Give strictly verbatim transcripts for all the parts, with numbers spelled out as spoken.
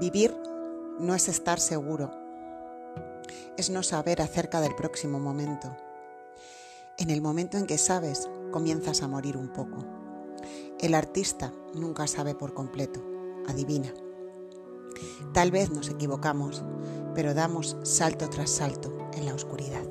Vivir no es estar seguro, es no saber acerca del próximo momento. En el momento en que sabes, comienzas a morir un poco. El artista nunca sabe por completo, adivina. Tal vez nos equivocamos, pero damos salto tras salto en la oscuridad.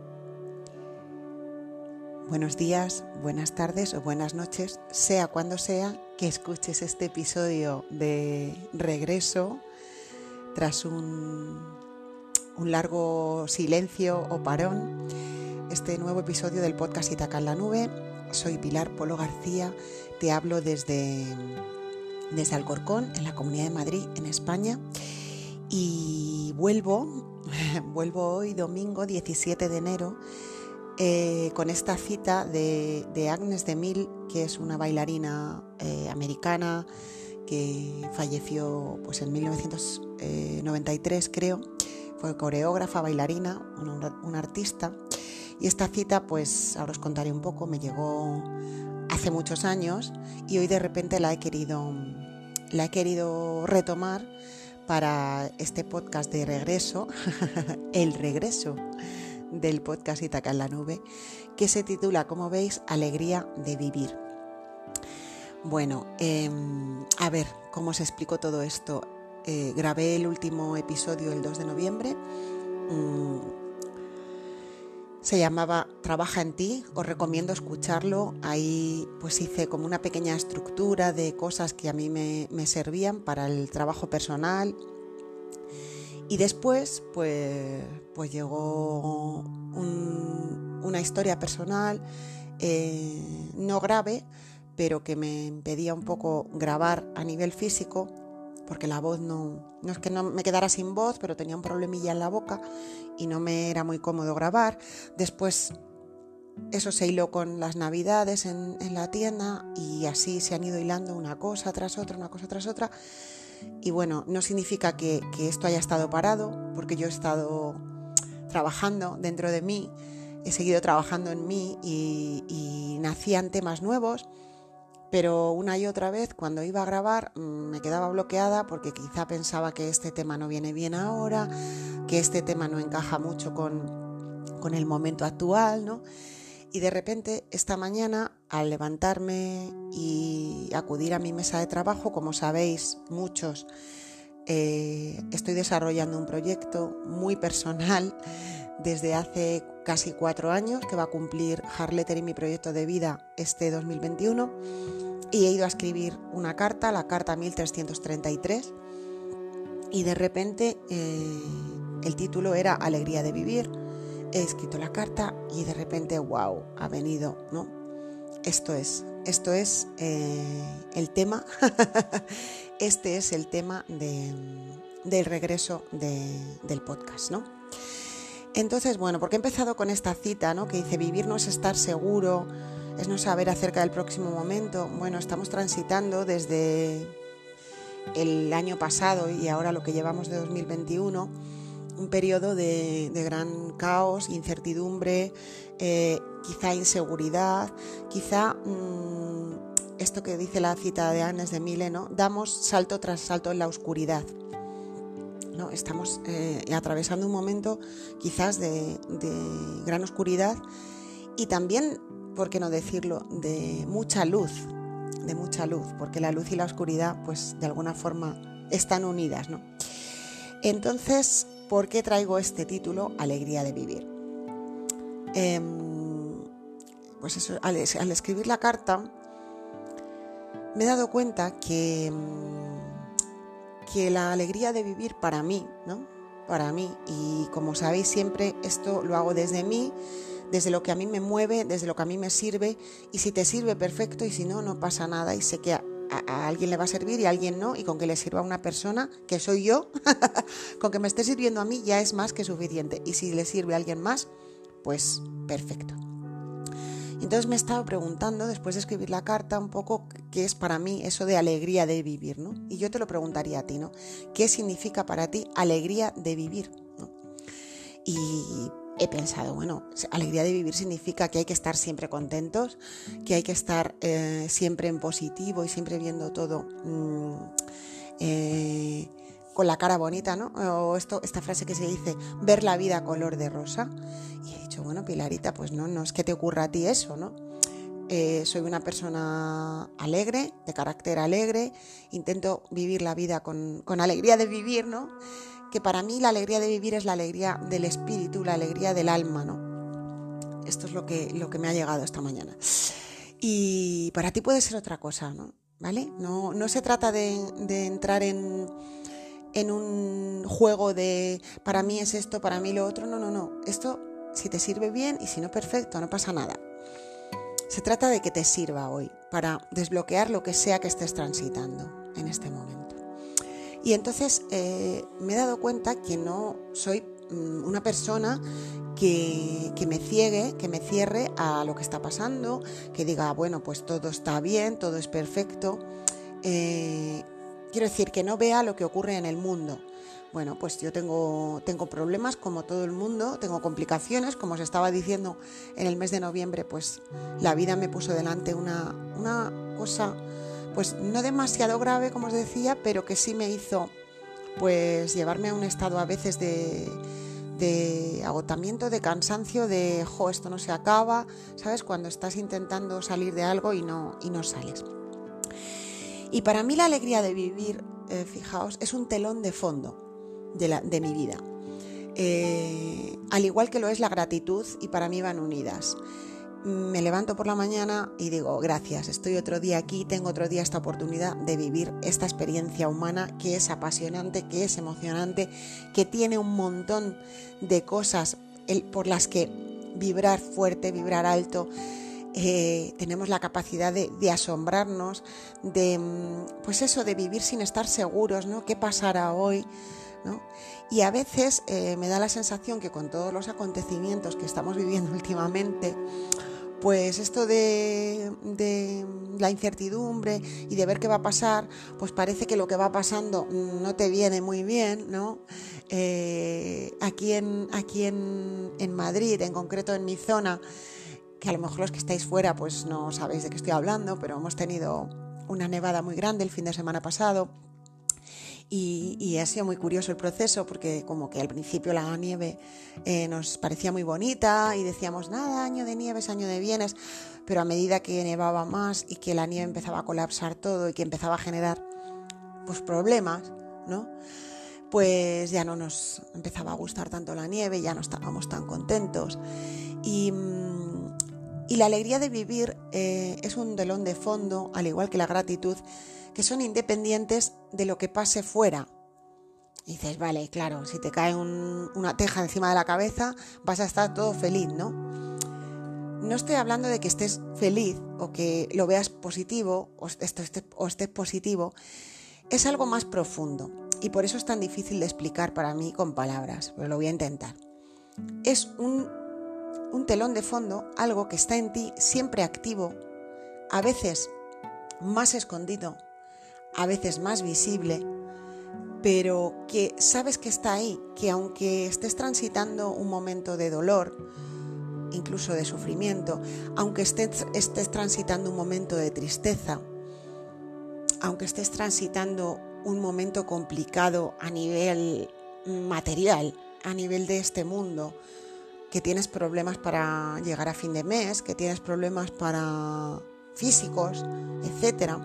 Buenos días, buenas tardes o buenas noches, sea cuando sea que escuches este episodio de regreso tras un, un largo silencio o parón. Este nuevo episodio del podcast Ítaca en la Nube. Soy Pilar Polo García, te hablo desde, desde Alcorcón, en la Comunidad de Madrid, en España. Y vuelvo, vuelvo hoy domingo diecisiete de enero eh, con esta cita de, de Agnes de Mille, que es una bailarina eh, americana que falleció pues, en mil novecientos noventa y tres, creo. Fue coreógrafa, bailarina, una, una artista. Y esta cita, pues ahora os contaré un poco, me llegó hace muchos años y hoy de repente la he querido, la he querido retomar para este podcast de regreso, el regreso del podcast Ítaca en la Nube, que se titula, como veis, Alegría de Vivir. Bueno, eh, a ver, ¿cómo os explico todo esto? Eh, grabé el último episodio el dos de noviembre. Mm, Se llamaba Trabaja en ti, os recomiendo escucharlo. Ahí pues hice como una pequeña estructura de cosas que a mí me, me servían para el trabajo personal. Y después pues, pues llegó un, una historia personal, eh, no grave, pero que me impedía un poco grabar a nivel físico, porque la voz no, no es que no me quedara sin voz, pero tenía un problemilla en la boca y no me era muy cómodo grabar. Después eso se hiló con las navidades en, en la tienda y así se han ido hilando una cosa tras otra, una cosa tras otra. Y bueno, no significa que, que esto haya estado parado, porque yo he estado trabajando dentro de mí, he seguido trabajando en mí y, y nacían temas nuevos. Pero una y otra vez cuando iba a grabar me quedaba bloqueada porque quizá pensaba que este tema no viene bien ahora, que este tema no encaja mucho con, con el momento actual, ¿no? Y de repente esta mañana, al levantarme y acudir a mi mesa de trabajo, como sabéis muchos, eh, estoy desarrollando un proyecto muy personal desde hace casi cuatro años, que va a cumplir Harletter y mi proyecto de vida este dos mil veintiuno, y he ido a escribir una carta, la carta mil trescientos treinta y tres, y de repente eh, el título era Alegría de Vivir. He escrito la carta y de repente, wow, ha venido, ¿no? Esto es, esto es eh, el tema, este es el tema de, del regreso de, del podcast, ¿no? Entonces, bueno, porque he empezado con esta cita, ¿no? Que dice, vivir no es estar seguro, es no saber acerca del próximo momento. Bueno, estamos transitando desde el año pasado y ahora lo que llevamos de dos mil veintiuno, un periodo de, de gran caos, incertidumbre, eh, quizá inseguridad, quizá mmm, esto que dice la cita de Agnes de Mille, ¿no? Damos salto tras salto en la oscuridad. ¿No? Estamos eh, atravesando un momento quizás de, de gran oscuridad y también, por qué no decirlo, de mucha luz, de mucha luz, porque la luz y la oscuridad pues de alguna forma están unidas, ¿no? Entonces, ¿por qué traigo este título, Alegría de Vivir? Eh, pues eso, al, al escribir la carta me he dado cuenta que que la alegría de vivir para mí, ¿no? Para mí, y como sabéis siempre esto lo hago desde mí, desde lo que a mí me mueve, desde lo que a mí me sirve, y si te sirve perfecto y si no, no pasa nada, y sé que a, a, a alguien le va a servir y a alguien no, y con que le sirva a una persona, que soy yo, con que me esté sirviendo a mí ya es más que suficiente, y si le sirve a alguien más, pues perfecto. Entonces me he estado preguntando, después de escribir la carta, un poco qué es para mí eso de alegría de vivir, ¿no? Y yo te lo preguntaría a ti, ¿no? ¿Qué significa para ti alegría de vivir, ¿no? Y he pensado, bueno, alegría de vivir significa que hay que estar siempre contentos, que hay que estar eh, siempre en positivo y siempre viendo todo mmm, eh, con la cara bonita, ¿no? O esto, esta frase que se dice, ver la vida color de rosa. Y he dicho, bueno, Pilarita, pues no, no es que te ocurra a ti eso, ¿no? Eh, soy una persona alegre, de carácter alegre, intento vivir la vida con, con alegría de vivir, ¿no? Que para mí la alegría de vivir es la alegría del espíritu, la alegría del alma, ¿no? Esto es lo que, lo que me ha llegado esta mañana. Y para ti puede ser otra cosa, ¿no? ¿Vale? No, no se trata de, de entrar en, en un juego de para mí es esto, para mí lo otro. No, no, no. Esto, si te sirve bien y si no, perfecto, no pasa nada. Se trata de que te sirva hoy para desbloquear lo que sea que estés transitando en este momento. Y entonces eh, me he dado cuenta que no soy mm, una persona que, que me ciegue, que me cierre a lo que está pasando, que diga, bueno, pues todo está bien, todo es perfecto. Eh, quiero decir, que no vea lo que ocurre en el mundo. Bueno, pues yo tengo, tengo problemas como todo el mundo, tengo complicaciones, como os estaba diciendo en el mes de noviembre, pues la vida me puso delante una, una cosa, pues no demasiado grave, como os decía, pero que sí me hizo pues llevarme a un estado a veces de, de agotamiento, de cansancio, de jo, esto no se acaba, ¿sabes? Cuando estás intentando salir de algo y no, y no sales. Y para mí la alegría de vivir, eh, fijaos, es un telón de fondo de, la, de mi vida. Eh, al igual que lo es la gratitud, y para mí van unidas. Me levanto por la mañana y digo, gracias, estoy otro día aquí, tengo otro día esta oportunidad de vivir esta experiencia humana que es apasionante, que es emocionante, que tiene un montón de cosas por las que vibrar fuerte, vibrar alto. Eh, tenemos la capacidad de, de asombrarnos, de, pues eso, de vivir sin estar seguros, ¿no? ¿Qué pasará hoy? ¿No? Y a veces eh, me da la sensación que con todos los acontecimientos que estamos viviendo últimamente, pues esto de, de la incertidumbre y de ver qué va a pasar, pues parece que lo que va pasando no te viene muy bien, ¿no? Eh, aquí en, aquí en, en Madrid, en concreto en mi zona, que a lo mejor los que estáis fuera pues no sabéis de qué estoy hablando, pero hemos tenido una nevada muy grande el fin de semana pasado. Y, y ha sido muy curioso el proceso porque como que al principio la nieve eh, nos parecía muy bonita y decíamos, nada, año de nieves, año de bienes, pero a medida que nevaba más y que la nieve empezaba a colapsar todo y que empezaba a generar pues problemas, ¿no? Pues ya no nos empezaba a gustar tanto la nieve, ya no estábamos tan contentos. Y, y la alegría de vivir eh, es un telón de fondo, al igual que la gratitud, que son independientes de lo que pase fuera. Y dices, vale, claro, si te cae un, una teja encima de la cabeza, vas a estar todo feliz, ¿no? No estoy hablando de que estés feliz o que lo veas positivo o estés, o estés positivo. Es algo más profundo y por eso es tan difícil de explicar para mí con palabras, pero lo voy a intentar. Es un, un telón de fondo, algo que está en ti siempre activo, a veces más escondido, a veces más visible, pero que sabes que está ahí, que aunque estés transitando un momento de dolor, incluso de sufrimiento, aunque estés, estés transitando un momento de tristeza, aunque estés transitando un momento complicado a nivel material, a nivel de este mundo, que tienes problemas para llegar a fin de mes, que tienes problemas para físicos, etcétera,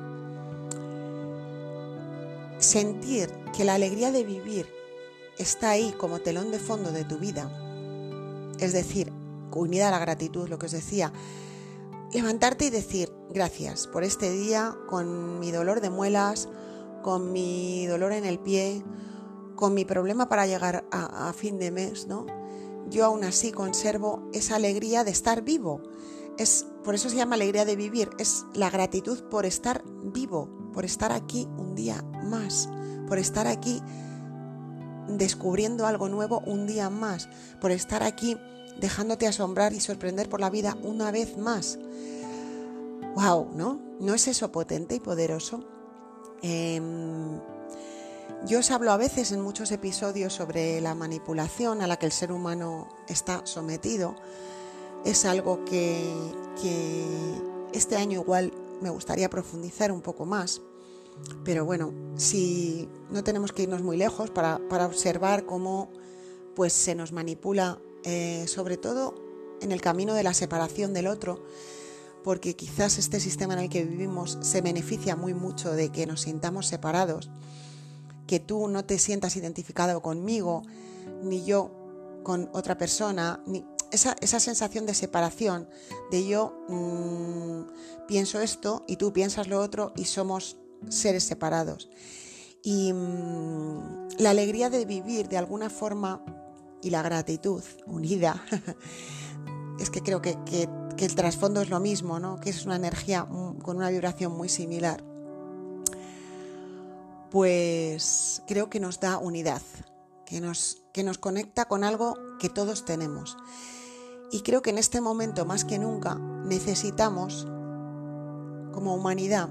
sentir que la alegría de vivir está ahí como telón de fondo de tu vida, es decir, unida a la gratitud, lo que os decía, levantarte y decir gracias por este día con mi dolor de muelas, con mi dolor en el pie, con mi problema para llegar a, a fin de mes, ¿no? Yo aún así conservo esa alegría de estar vivo. Es, por eso se llama alegría de vivir, es la gratitud por estar vivo, por estar aquí un día más, por estar aquí descubriendo algo nuevo un día más, por estar aquí dejándote asombrar y sorprender por la vida una vez más. ¡Wow! ¿No? ¿No es eso potente y poderoso? Eh, yo os hablo a veces en muchos episodios sobre la manipulación a la que el ser humano está sometido. Es algo que, que este año igual me gustaría profundizar un poco más. Pero bueno, si no tenemos que irnos muy lejos para, para observar cómo pues, se nos manipula, eh, sobre todo en el camino de la separación del otro, porque quizás este sistema en el que vivimos se beneficia muy mucho de que nos sintamos separados, que tú no te sientas identificado conmigo, ni yo con otra persona, ni esa, esa sensación de separación, de yo mmm, pienso esto y tú piensas lo otro y somos seres separados. Y mmm, la alegría de vivir de alguna forma y la gratitud unida, es que creo que, que, que el trasfondo es lo mismo, ¿no? Que es una energía con una vibración muy similar. Pues creo que nos da unidad, que nos, que nos conecta con algo que todos tenemos. Y creo que en este momento, más que nunca, necesitamos, como humanidad,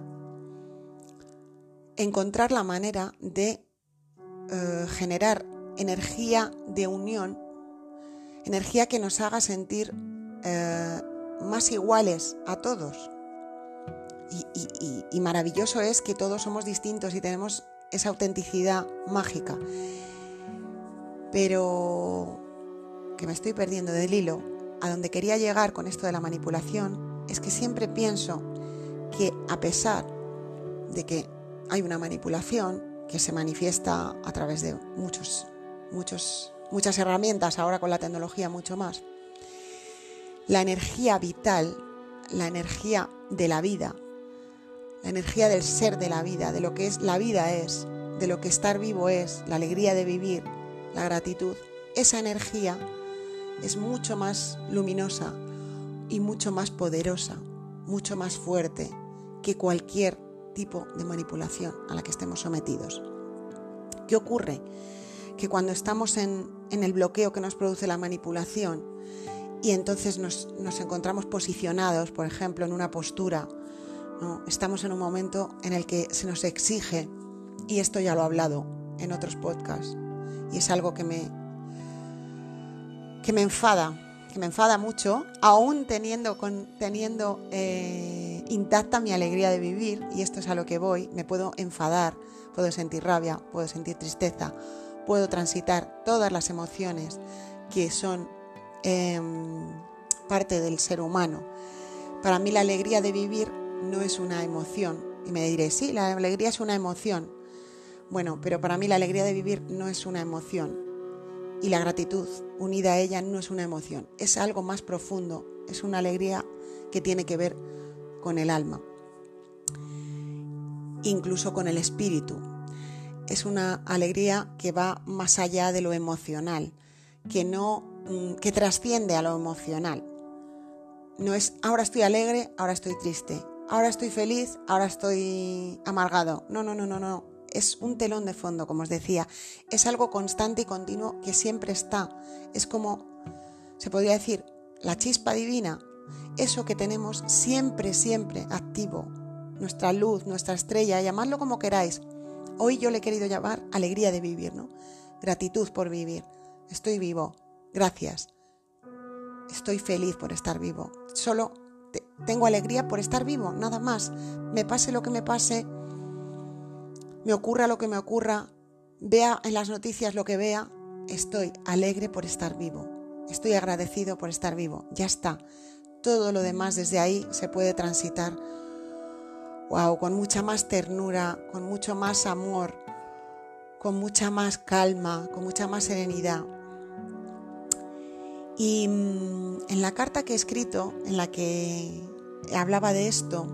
encontrar la manera de eh, generar energía de unión, energía que nos haga sentir eh, más iguales a todos. Y, y, y, y maravilloso es que todos somos distintos y tenemos esa autenticidad mágica. Pero que me estoy perdiendo del hilo. A donde quería llegar con esto de la manipulación es que siempre pienso que a pesar de que hay una manipulación que se manifiesta a través de muchos, muchos, muchas herramientas, ahora con la tecnología mucho más, la energía vital, la energía de la vida, la energía del ser de la vida, de lo que es la vida es, de lo que estar vivo es, la alegría de vivir, la gratitud, esa energía es mucho más luminosa y mucho más poderosa, mucho más fuerte que cualquier tipo de manipulación a la que estemos sometidos. ¿Qué ocurre? Que cuando estamos en, en el bloqueo que nos produce la manipulación y entonces nos, nos encontramos posicionados, por ejemplo, en una postura, ¿no? Estamos en un momento en el que se nos exige, y esto ya lo he hablado en otros podcasts, y es algo que me, que me enfada, que me enfada mucho, aún teniendo, con, teniendo eh, intacta mi alegría de vivir, y esto es a lo que voy, me puedo enfadar, puedo sentir rabia, puedo sentir tristeza, puedo transitar todas las emociones que son eh, parte del ser humano. Para mí la alegría de vivir no es una emoción, y me diré, sí, la alegría es una emoción. Bueno, pero para mí la alegría de vivir no es una emoción, y la gratitud unida a ella no es una emoción, es algo más profundo, es una alegría que tiene que ver con el alma, incluso con el espíritu. Es una alegría que va más allá de lo emocional, que no, que trasciende a lo emocional. No es ahora estoy alegre, ahora estoy triste, ahora estoy feliz, ahora estoy amargado. No, no, no, no, no. Es un telón de fondo, como os decía. Es algo constante y continuo que siempre está. Es como, se podría decir, la chispa divina. Eso que tenemos siempre, siempre activo. Nuestra luz, nuestra estrella, llamadlo como queráis. Hoy yo le he querido llamar alegría de vivir, ¿no? Gratitud por vivir. Estoy vivo. Gracias. Estoy feliz por estar vivo. Solo te, tengo alegría por estar vivo, nada más. Me pase lo que me pase, me ocurra lo que me ocurra, vea en las noticias lo que vea, estoy alegre por estar vivo. Estoy agradecido por estar vivo. Ya está. Todo lo demás desde ahí se puede transitar. Wow, con mucha más ternura, con mucho más amor, con mucha más calma, con mucha más serenidad. Y mmm, en la carta que he escrito, en la que hablaba de esto,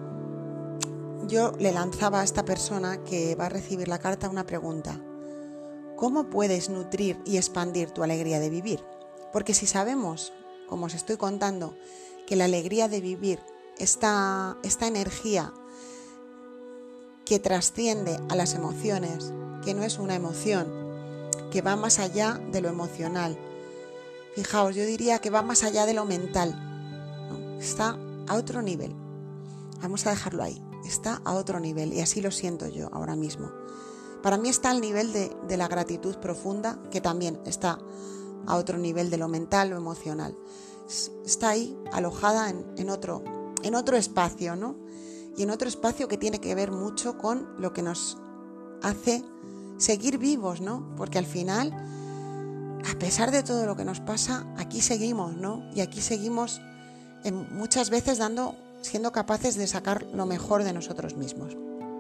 yo le lanzaba a esta persona que va a recibir la carta una pregunta. ¿Cómo puedes nutrir y expandir tu alegría de vivir? Porque si sabemos, como os estoy contando, que la alegría de vivir, esta, esta energía que trasciende a las emociones, que no es una emoción, que va más allá de lo emocional. Fijaos, yo diría que va más allá de lo mental, ¿no? Está a otro nivel. Vamos a dejarlo ahí. Está a otro nivel y así lo siento yo ahora mismo. Para mí está al nivel de, de la gratitud profunda, que también está a otro nivel de lo mental o emocional. Está ahí alojada en, en, otro, en otro espacio, ¿no? y en otro espacio que tiene que ver mucho con lo que nos hace seguir vivos, ¿no? Porque al final, a pesar de todo lo que nos pasa, aquí seguimos, ¿no? Y aquí seguimos eh, muchas veces dando, siendo capaces de sacar lo mejor de nosotros mismos.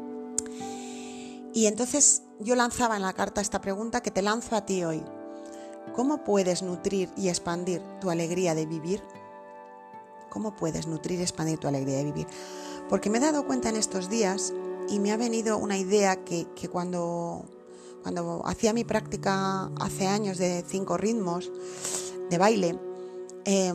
Y entonces yo lanzaba en la carta esta pregunta que te lanzo a ti hoy. ¿Cómo puedes nutrir y expandir tu alegría de vivir? ¿Cómo puedes nutrir y expandir tu alegría de vivir? Porque me he dado cuenta en estos días y me ha venido una idea que, que cuando, cuando hacía mi práctica hace años de cinco ritmos de baile, eh,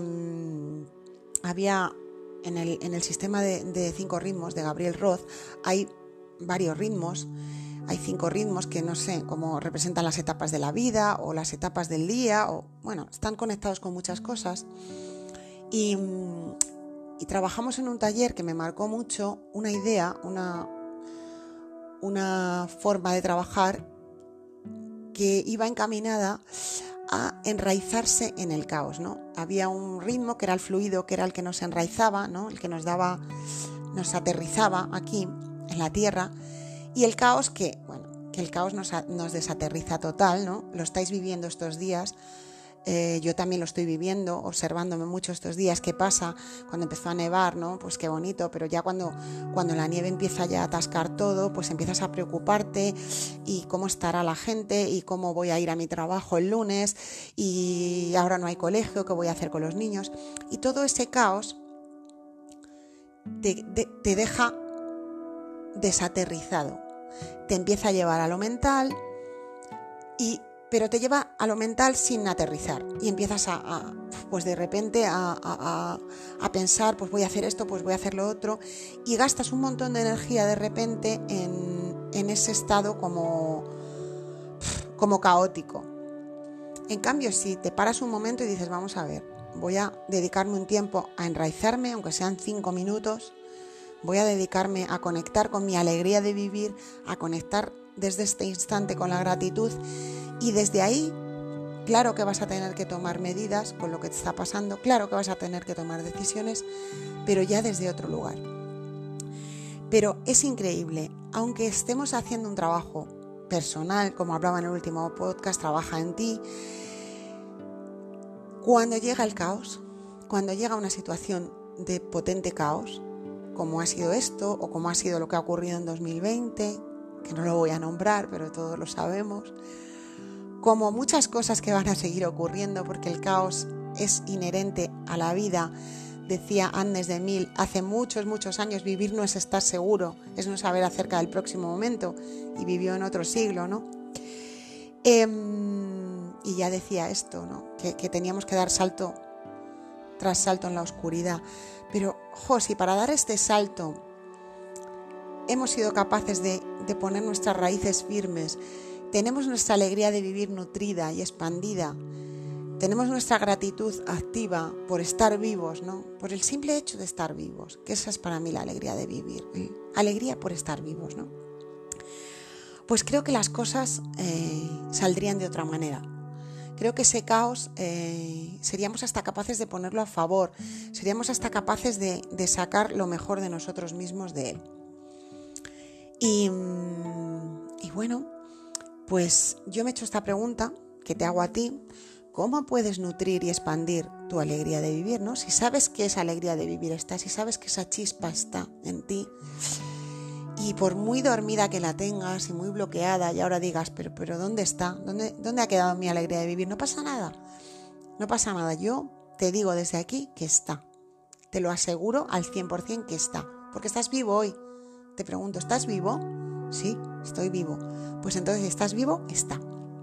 había en el, en el sistema de, de cinco ritmos de Gabriel Roth, hay varios ritmos. Hay cinco ritmos que no sé cómo representan las etapas de la vida o las etapas del día, o bueno, están conectados con muchas cosas. Y, y trabajamos en un taller que me marcó mucho una idea, una, una forma de trabajar que iba encaminada a enraizarse en el caos, ¿no? Había un ritmo que era el fluido, que era el que nos enraizaba, ¿no? El que nos daba, nos aterrizaba aquí en la tierra. Y el caos que, bueno, que el caos nos, nos desaterriza total, ¿no? Lo estáis viviendo estos días, eh, yo también lo estoy viviendo, observándome mucho estos días. ¿Qué pasa cuando empezó a nevar, ¿no? Pues qué bonito, pero ya cuando, cuando la nieve empieza ya a atascar todo, pues empiezas a preocuparte y cómo estará la gente y cómo voy a ir a mi trabajo el lunes y ahora no hay colegio, ¿qué voy a hacer con los niños? Y todo ese caos te, de, te deja desaterrizado. Te empieza a llevar a lo mental, y, pero te lleva a lo mental sin aterrizar. Y empiezas a, a pues de repente a, a, a, a pensar, pues voy a hacer esto, pues voy a hacer lo otro. Y gastas un montón de energía de repente en, en ese estado como, como caótico. En cambio, si te paras un momento y dices, vamos a ver, voy a dedicarme un tiempo a enraizarme, aunque sean cinco minutos, voy a dedicarme a conectar con mi alegría de vivir, a conectar desde este instante con la gratitud, y desde ahí, claro que vas a tener que tomar medidas con lo que te está pasando, claro que vas a tener que tomar decisiones, pero ya desde otro lugar. Pero es increíble, aunque estemos haciendo un trabajo personal, como hablaba en el último podcast, trabaja en ti, cuando llega el caos, cuando llega una situación de potente caos, como ha sido esto o como ha sido lo que ha ocurrido en dos mil veinte, que no lo voy a nombrar, pero todos lo sabemos, como muchas cosas que van a seguir ocurriendo, porque el caos es inherente a la vida. Decía Agnes de Mille, hace muchos, muchos años, vivir no es estar seguro, es no saber acerca del próximo momento, y vivió en otro siglo, ¿no? Eh, y ya decía esto, ¿no? Que, que teníamos que dar salto tras salto en la oscuridad. Pero, jo, si para dar este salto hemos sido capaces de, de poner nuestras raíces firmes, tenemos nuestra alegría de vivir nutrida y expandida, tenemos nuestra gratitud activa por estar vivos, ¿no? Por el simple hecho de estar vivos, que esa es para mí la alegría de vivir, alegría por estar vivos, ¿no? Pues creo que las cosas eh, saldrían de otra manera. Creo que ese caos eh, seríamos hasta capaces de ponerlo a favor, seríamos hasta capaces de, de sacar lo mejor de nosotros mismos de él. Y, y bueno, pues yo me he hecho esta pregunta que te hago a ti: ¿cómo puedes nutrir y expandir tu alegría de vivir, ¿no? Si sabes que esa alegría de vivir está, si sabes que esa chispa está en ti, y por muy dormida que la tengas y muy bloqueada, y ahora digas, pero, pero ¿dónde está? ¿Dónde, ¿Dónde ha quedado mi alegría de vivir? No pasa nada, no pasa nada. Yo te digo desde aquí que está. Te lo aseguro al cien por ciento que está. Porque estás vivo hoy. Te pregunto, ¿estás vivo? Sí, estoy vivo. Pues entonces, si estás vivo, está.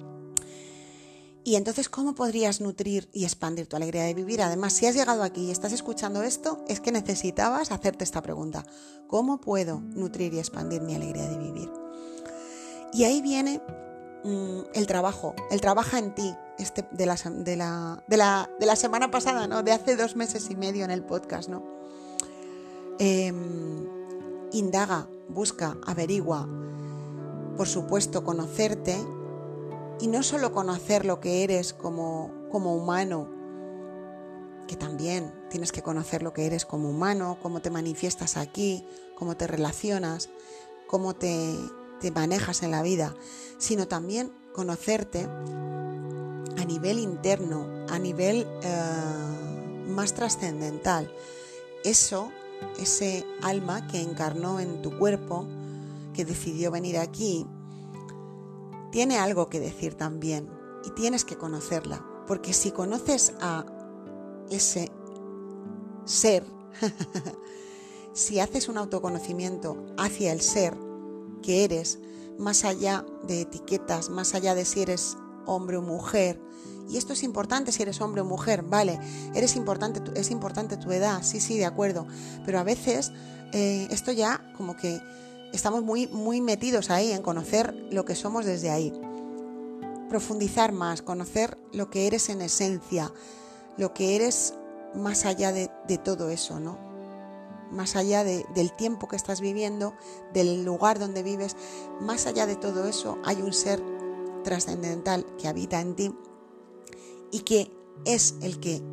Y entonces, ¿cómo podrías nutrir y expandir tu alegría de vivir? Además, si has llegado aquí y estás escuchando esto, es que necesitabas hacerte esta pregunta. ¿Cómo puedo nutrir y expandir mi alegría de vivir? Y ahí viene mmm, el trabajo, el trabaja en ti, este, de, la, de, la, de, la, de la semana pasada, ¿no? De hace dos meses y medio en el podcast, ¿no? Eh, indaga, busca, averigua, por supuesto, conocerte. Y no solo conocer lo que eres como, como humano, que también tienes que conocer lo que eres como humano, cómo te manifiestas aquí, cómo te relacionas, cómo te, te manejas en la vida, sino también conocerte a nivel interno, a nivel eh, más trascendental. Eso, ese alma que encarnó en tu cuerpo, que decidió venir aquí, tiene algo que decir también y tienes que conocerla, porque si conoces a ese ser, si haces un autoconocimiento hacia el ser que eres, más allá de etiquetas, más allá de si eres hombre o mujer, y esto es importante si eres hombre o mujer, vale, eres importante, es importante tu edad, sí, sí, de acuerdo, pero a veces eh, esto ya como que estamos muy, muy metidos ahí en conocer lo que somos desde ahí. Profundizar más, conocer lo que eres en esencia, lo que eres más allá de, de todo eso, ¿no? Más allá de, del tiempo que estás viviendo, del lugar donde vives, más allá de todo eso hay un ser trascendental que habita en ti y que es el que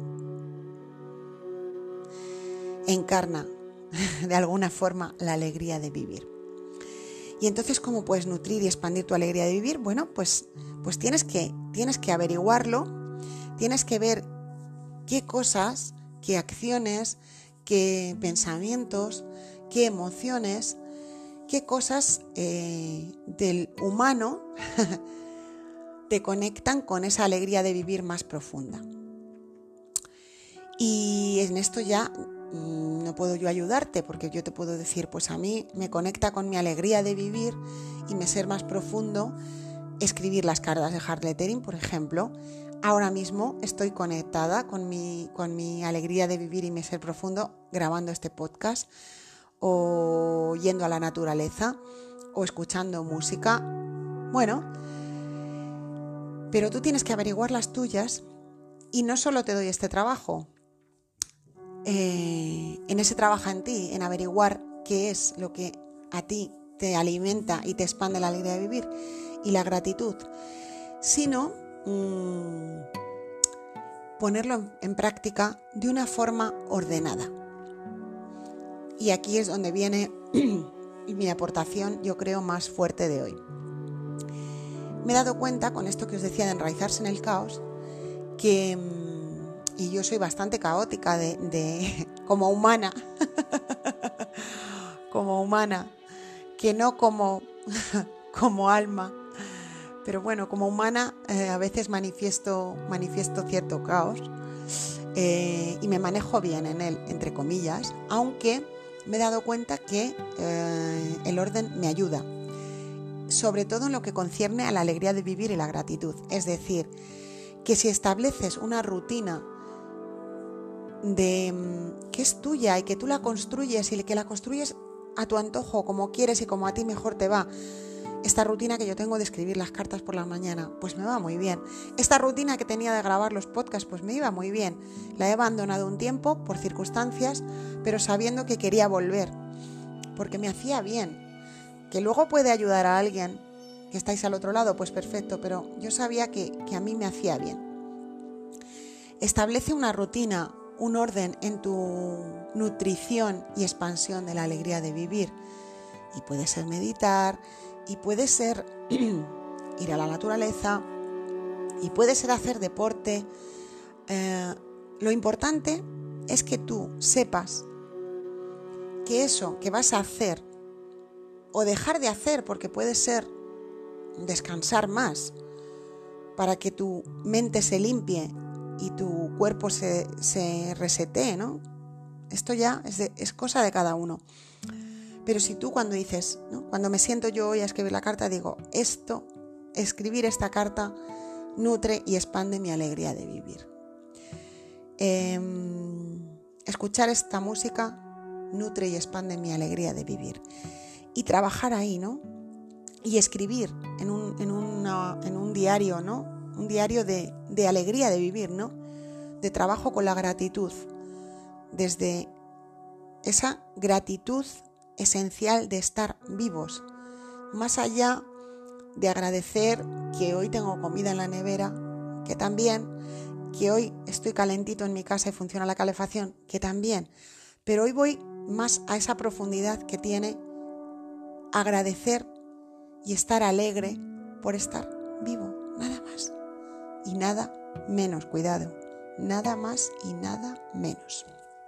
encarna de alguna forma la alegría de vivir. Y entonces, ¿cómo puedes nutrir y expandir tu alegría de vivir? Bueno, pues, pues tienes que, tienes que averiguarlo, tienes que ver qué cosas, qué acciones, qué pensamientos, qué emociones, qué cosas eh, del humano te conectan con esa alegría de vivir más profunda. Y en esto ya mmm, no puedo yo ayudarte, porque yo te puedo decir, pues a mí me conecta con mi alegría de vivir y mi ser más profundo escribir las cartas de hard lettering, por ejemplo. Ahora mismo estoy conectada con mi, con mi alegría de vivir y mi ser profundo grabando este podcast, o yendo a la naturaleza, o escuchando música. Bueno, pero tú tienes que averiguar las tuyas, y no solo te doy este trabajo. Eh, en ese trabajo en ti, en averiguar qué es lo que a ti te alimenta y te expande la alegría de vivir y la gratitud, sino mmm, ponerlo en práctica de una forma ordenada. Y aquí es donde viene mi aportación, yo creo, más fuerte de hoy. Me he dado cuenta, con esto que os decía de enraizarse en el caos, que, y yo soy bastante caótica de, de como humana, como humana, que no como, como alma, pero bueno, como humana eh, a veces manifiesto, manifiesto cierto caos eh, y me manejo bien en él, entre comillas, aunque me he dado cuenta que eh, el orden me ayuda, sobre todo en lo que concierne a la alegría de vivir y la gratitud. Es decir, que si estableces una rutina de que es tuya y que tú la construyes y que la construyes a tu antojo, como quieres y como a ti mejor te va. Esta rutina que yo tengo de escribir las cartas por la mañana, pues me va muy bien. Esta rutina que tenía de grabar los podcasts, pues me iba muy bien. La he abandonado un tiempo por circunstancias, pero sabiendo que quería volver, porque me hacía bien. Que luego puede ayudar a alguien que estáis al otro lado, pues perfecto, pero yo sabía que, que a mí me hacía bien. Establece una rutina, un orden en tu nutrición y expansión de la alegría de vivir. Y puede ser meditar, y puede ser ir a la naturaleza, y puede ser hacer deporte. Eh, lo importante es que tú sepas que eso que vas a hacer o dejar de hacer, porque puede ser descansar más para que tu mente se limpie y tu cuerpo se, se resetee, ¿no? Esto ya es, de, es cosa de cada uno. Pero si tú cuando dices, ¿no? Cuando me siento yo hoy a escribir la carta, digo, esto, escribir esta carta nutre y expande mi alegría de vivir. Eh, escuchar esta música nutre y expande mi alegría de vivir. Y trabajar ahí, ¿no? Y escribir en un, en una, en un diario, ¿no? Un diario de, de alegría de vivir, ¿no? De trabajo con la gratitud. Desde esa gratitud esencial de estar vivos, más allá de agradecer que hoy tengo comida en la nevera, que también, que hoy estoy calentito en mi casa y funciona la calefacción, que también, pero hoy voy más a esa profundidad que tiene agradecer y estar alegre por estar vivo, nada más y nada menos, cuidado, nada más y nada menos.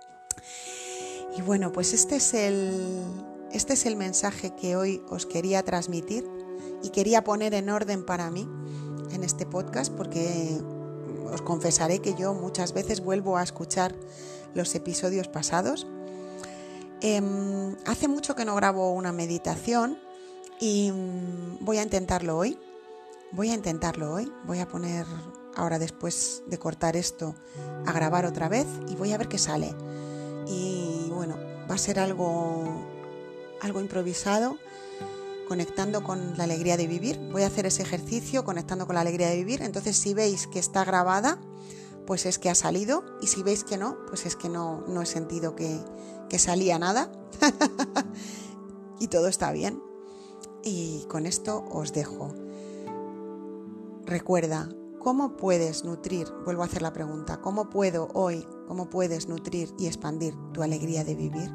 Y bueno, pues este es el, este es el mensaje que hoy os quería transmitir y quería poner en orden para mí en este podcast, porque os confesaré que yo muchas veces vuelvo a escuchar los episodios pasados. Eh, hace mucho que no grabo una meditación y voy a intentarlo hoy. Voy a intentarlo hoy. Voy a poner ahora, después de cortar esto, a grabar otra vez y voy a ver qué sale. Y bueno, va a ser algo, algo improvisado, conectando con la alegría de vivir. Voy a hacer ese ejercicio conectando con la alegría de vivir. Entonces, si veis que está grabada, pues es que ha salido, y si veis que no, pues es que no, no he sentido que, que salía nada y todo está bien. Y con esto os dejo. Recuerda, ¿cómo puedes nutrir? Vuelvo a hacer la pregunta, ¿cómo puedo hoy, cómo puedes nutrir y expandir tu alegría de vivir?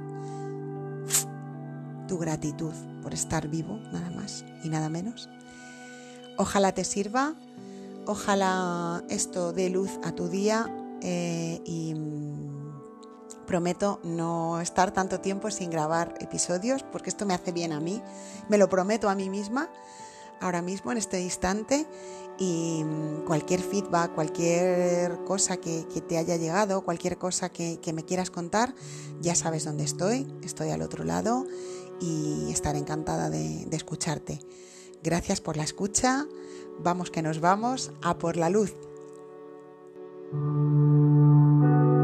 Tu gratitud por estar vivo, nada más y nada menos. Ojalá te sirva, ojalá esto dé luz a tu día eh, y prometo no estar tanto tiempo sin grabar episodios, porque esto me hace bien a mí, me lo prometo a mí misma ahora mismo en este instante. Y cualquier feedback, cualquier cosa que, que te haya llegado, cualquier cosa que, que me quieras contar, ya sabes dónde estoy, estoy al otro lado y estaré encantada de, de escucharte. Gracias por la escucha, vamos que nos vamos a por la luz.